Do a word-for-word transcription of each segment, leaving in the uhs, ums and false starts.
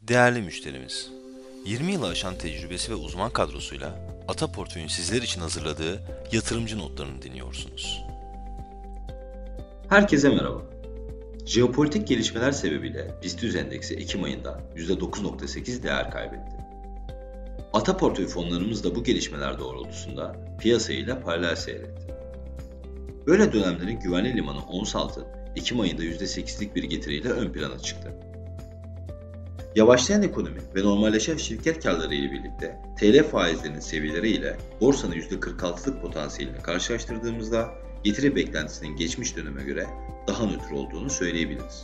Değerli müşterimiz, yirmi yılı aşan tecrübesi ve uzman kadrosuyla Ata Portföy'ün sizler için hazırladığı yatırımcı notlarını dinliyorsunuz. Herkese merhaba. Jeopolitik gelişmeler sebebiyle BIST yüz endeksi Ekim ayında yüzde dokuz virgül sekiz değer kaybetti. Ata Portföy fonlarımız da bu gelişmeler doğrultusunda piyasayla paralel seyretti. Böyle dönemlerin güvenli limanı ons altın Ekim ayında yüzde sekizlik bir getiriyle ön plana çıktı. Yavaşlayan ekonomi ve normalleşen şirket karları ile birlikte T L faizlerinin seviyeleri ile borsanın yüzde kırk altılık potansiyelini karşılaştırdığımızda getiri beklentisinin geçmiş döneme göre daha nötr olduğunu söyleyebiliriz.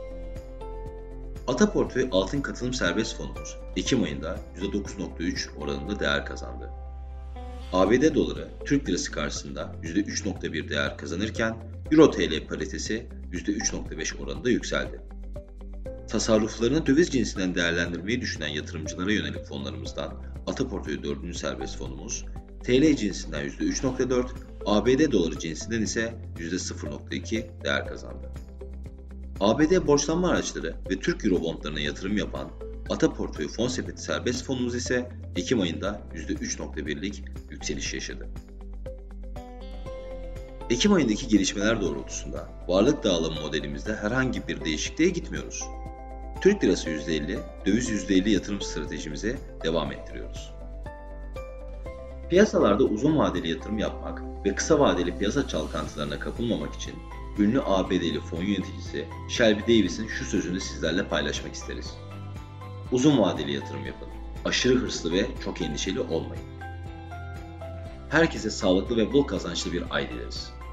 Ata Portföy Altın Katılım Serbest Fonumuz Ekim ayında yüzde dokuz virgül üç oranında değer kazandı. A B D doları Türk lirası karşısında yüzde üç virgül bir değer kazanırken Euro T L paritesi yüzde üç virgül beş oranında yükseldi. Tasarruflarını döviz cinsinden değerlendirmeyi düşünen yatırımcılara yönelik fonlarımızdan Ata Portföy dördüncü serbest fonumuz T L cinsinden yüzde üç virgül dört, A B D doları cinsinden ise yüzde sıfır virgül iki değer kazandı. A B D borçlanma araçları ve Türk Euro bondlarına yatırım yapan Ata Portföy Fon Sepeti serbest fonumuz ise Ekim ayında yüzde üç virgül birlik yükseliş yaşadı. Ekim ayındaki gelişmeler doğrultusunda varlık dağılımı modelimizde herhangi bir değişikliğe gitmiyoruz. Türk lirası yüzde elli, döviz yüzde elli yatırım stratejimize devam ettiriyoruz. Piyasalarda uzun vadeli yatırım yapmak ve kısa vadeli piyasa çalkantılarına kapılmamak için ünlü A B D'li fon yöneticisi Shelby Davis'in şu sözünü sizlerle paylaşmak isteriz. Uzun vadeli yatırım yapın. Aşırı hırslı ve çok endişeli olmayın. Herkese sağlıklı ve bol kazançlı bir ay dileriz.